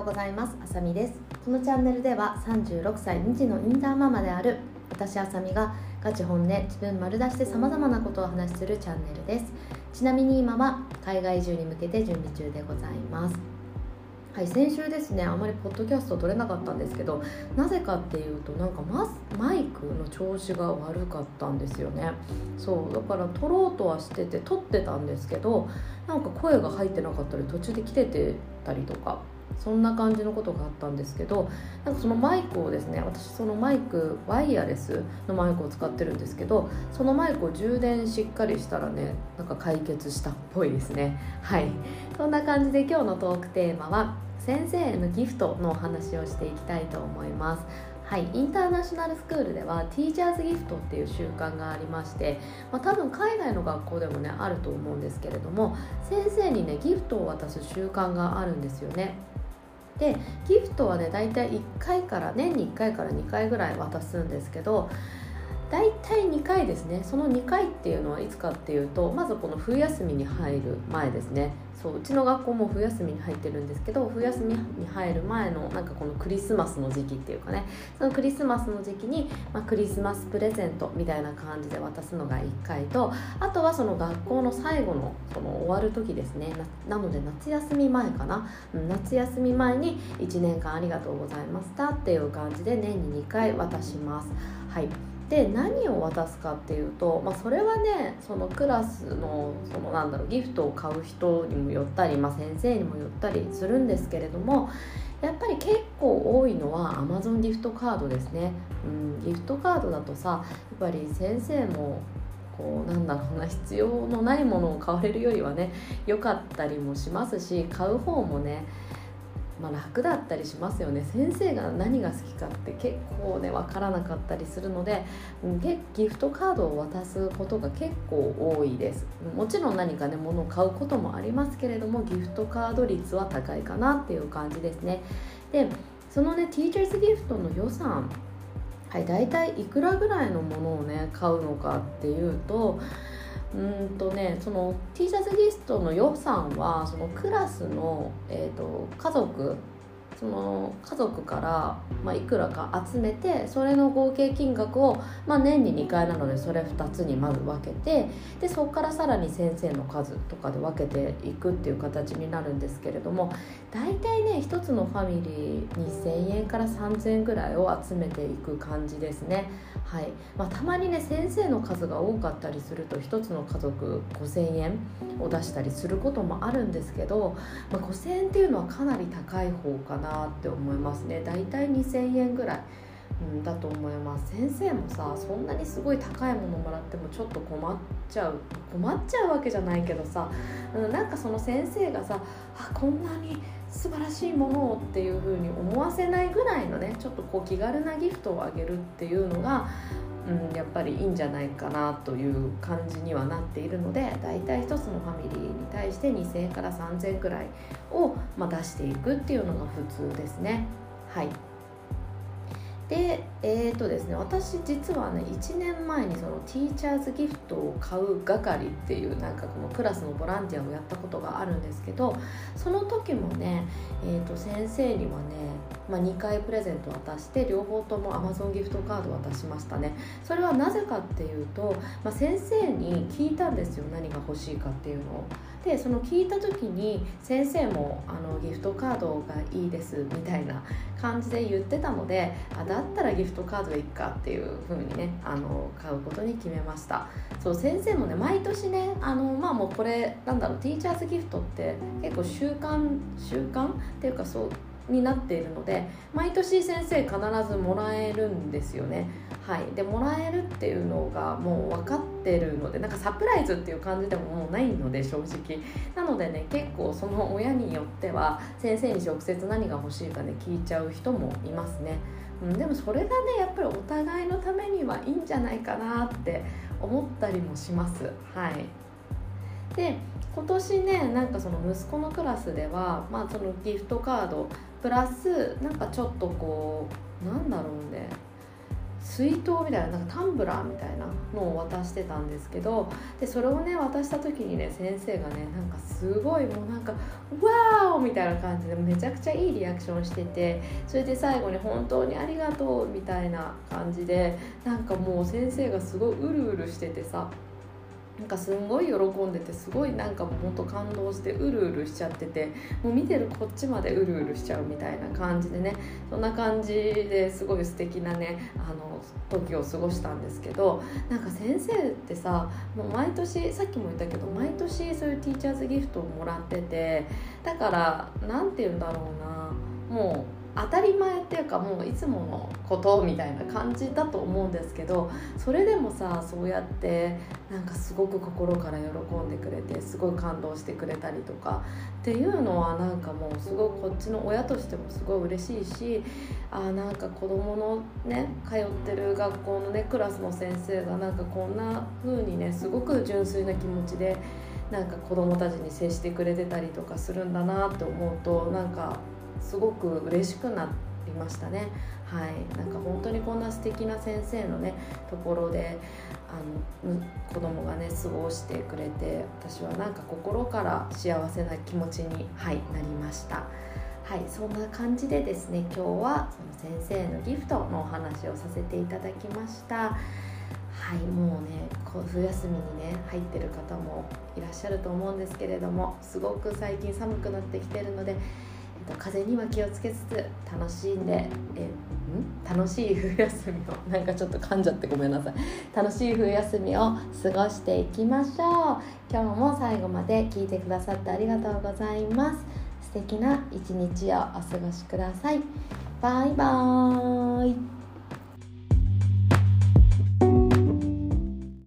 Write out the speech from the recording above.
うございます。あさみです。このチャンネルでは36歳2児のインターママである私あさみがガチ本音、自分丸出して様々なことをお話しするチャンネルです。ちなみに今は海外移住に向けて準備中でございます。はい、先週ですね、あまりポッドキャスト撮れなかったんですけど、なぜかっていうとマイクの調子が悪かったんですよね。そうだから撮ろうとはしてて撮ってたんですけど、なんか声が入ってなかったり途中で切れてたりとか、そんな感じのことがあったんですけど、なんかそのマイクをですね、私そのマイクワイヤレスのマイクを使ってるんですけど、そのマイクを充電しっかりしたらね、なんか解決したっぽいですね。はい、そんな感じで今日のトークテーマは先生へのギフトのお話をしていきたいと思います。はい、インターナショナルスクールではティーチャーズギフトっていう習慣がありまして、多分海外の学校でもねあると思うんですけれども、先生にねギフトを渡す習慣があるんですよね。でギフトはねだいたい年に1回から2回ぐらい渡すんですけど、だいたい2回ですね。その2回っていうのはいつかっていうと、まずこの冬休みに入る前ですね。うちの学校も冬休みに入ってるんですけど、冬休みに入る前のなんかこのクリスマスの時期っていうかね、そのクリスマスの時期に、クリスマスプレゼントみたいな感じで渡すのが1回と、あとはその学校の最後のその終わる時ですね。なので夏休み前かな、夏休み前に1年間ありがとうございましたっていう感じで年に2回渡します。はい。で何を渡すかっていうと、それはねそのクラスのギフトを買う人にもよったり、先生にもよったりするんですけれども、やっぱり結構多いのは Amazon ギフトカードですね。ギフトカードだとさ、やっぱり先生も必要のないものを買われるよりはね良かったりもしますし、買う方もね楽だったりしますよね。先生が何が好きかって結構ね分からなかったりするので、ギフトカードを渡すことが結構多いです。もちろん何かね物を買うこともありますけれども、ギフトカード率は高いかなっていう感じですね。でそのねティーチャーズギフトの予算、だいたいいくらぐらいのものをね買うのかっていうと、そのティーチャーズギフトの予算はそのクラスの、家族から、いくらか集めて、それの合計金額を、年に2回なのでそれ2つにまず分けて、でそこからさらに先生の数とかで分けていくっていう形になるんですけれども、だいたいね一つのファミリー2000円から3000円ぐらいを集めていく感じですね。はい。たまにね先生の数が多かったりすると一つの家族5000円を出したりすることもあるんですけど、5000円っていうのはかなり高い方かなって思いますね。だいたい2000円ぐらい、だと思います。先生もさ、そんなにすごい高いものもらってもちょっと困っちゃうわけじゃないけどさ、なんかその先生がさ、こんなに素晴らしいものをっていう風に思わせないぐらいのね、ちょっと気軽なギフトをあげるっていうのがやっぱりいいんじゃないかなという感じにはなっているので、だいたい一つのファミリーに対して2000円から3000円くらいを、出していくっていうのが普通ですね。はい。でですね、私実はね1年前にそのティーチャーズギフトを買う係っていうこのクラスのボランティアをやったことがあるんですけど、その時もね、先生にはね、2回プレゼント渡して、両方とも Amazon ギフトカード渡しましたね。それはなぜかっていうと、先生に聞いたんですよ、何が欲しいかっていうのを。でその聞いた時に先生もギフトカードがいいですみたいな感じで言ってたので、だったらギフトカードでいいかっていう風にね買うことに決めました。そう、先生もね毎年ねもうこれティーチャーズギフトって結構習慣っていうかそうになっているので、毎年先生必ずもらえるんですよね。はい。でもらえるっていうのがもう分かってるので、サプライズっていう感じでももうないので、正直なのでね、結構その親によっては先生に直接何が欲しいかね聞いちゃう人もいますね。でもそれがねやっぱりお互いのためにはいいんじゃないかなって思ったりもします。はい。で今年ねその息子のクラスでは、そのギフトカードプラスちょっと水筒みたいな、なんかタンブラーみたいなのを渡してたんですけど、でそれをね渡した時にね、先生がねなんかすごいもうなんかワーオみたいな感じでめちゃくちゃいいリアクションしてて、それで最後に本当にありがとうみたいな感じで、なんかもう先生がすごいうるうるしててさ、なんかすんごい喜んでて、すごいなんかもうほんと感動してうるうるしちゃってて、もう見てるこっちまでうるうるしちゃうみたいな感じでね、そんな感じですごい素敵なね時を過ごしたんですけど、なんか先生ってさ、もう毎年、さっきも言ったけど毎年そういうティーチャーズギフトをもらってて、だからなんて言うんだろうな、もう当たり前っていうか、もういつものことみたいな感じだと思うんですけど、それでもさ、そうやってなんかすごく心から喜んでくれて、すごい感動してくれたりとかっていうのは、なんかもうすごくこっちの親としてもすごい嬉しいし、なんか子供のね通ってる学校のねクラスの先生がなんかこんな風にね、すごく純粋な気持ちでなんか子供たちに接してくれてたりとかするんだなって思うと、なんかすごく嬉しくなりましたね。はい、なんか本当にこんな素敵な先生のねところで子供がね過ごしてくれて、私はなんか心から幸せな気持ちに、はい、なりました。はい、そんな感じでですね、今日はその先生のギフトのお話をさせていただきました。はい、もうね冬休みにね入ってる方もいらっしゃると思うんですけれども、すごく最近寒くなってきてるので、風邪には気をつけつつ楽しい冬休みをなんかちょっと噛んじゃってごめんなさい。楽しい冬休みを過ごしていきましょう。今日も最後まで聞いてくださってありがとうございます。素敵な一日をお過ごしください。バイバーイ。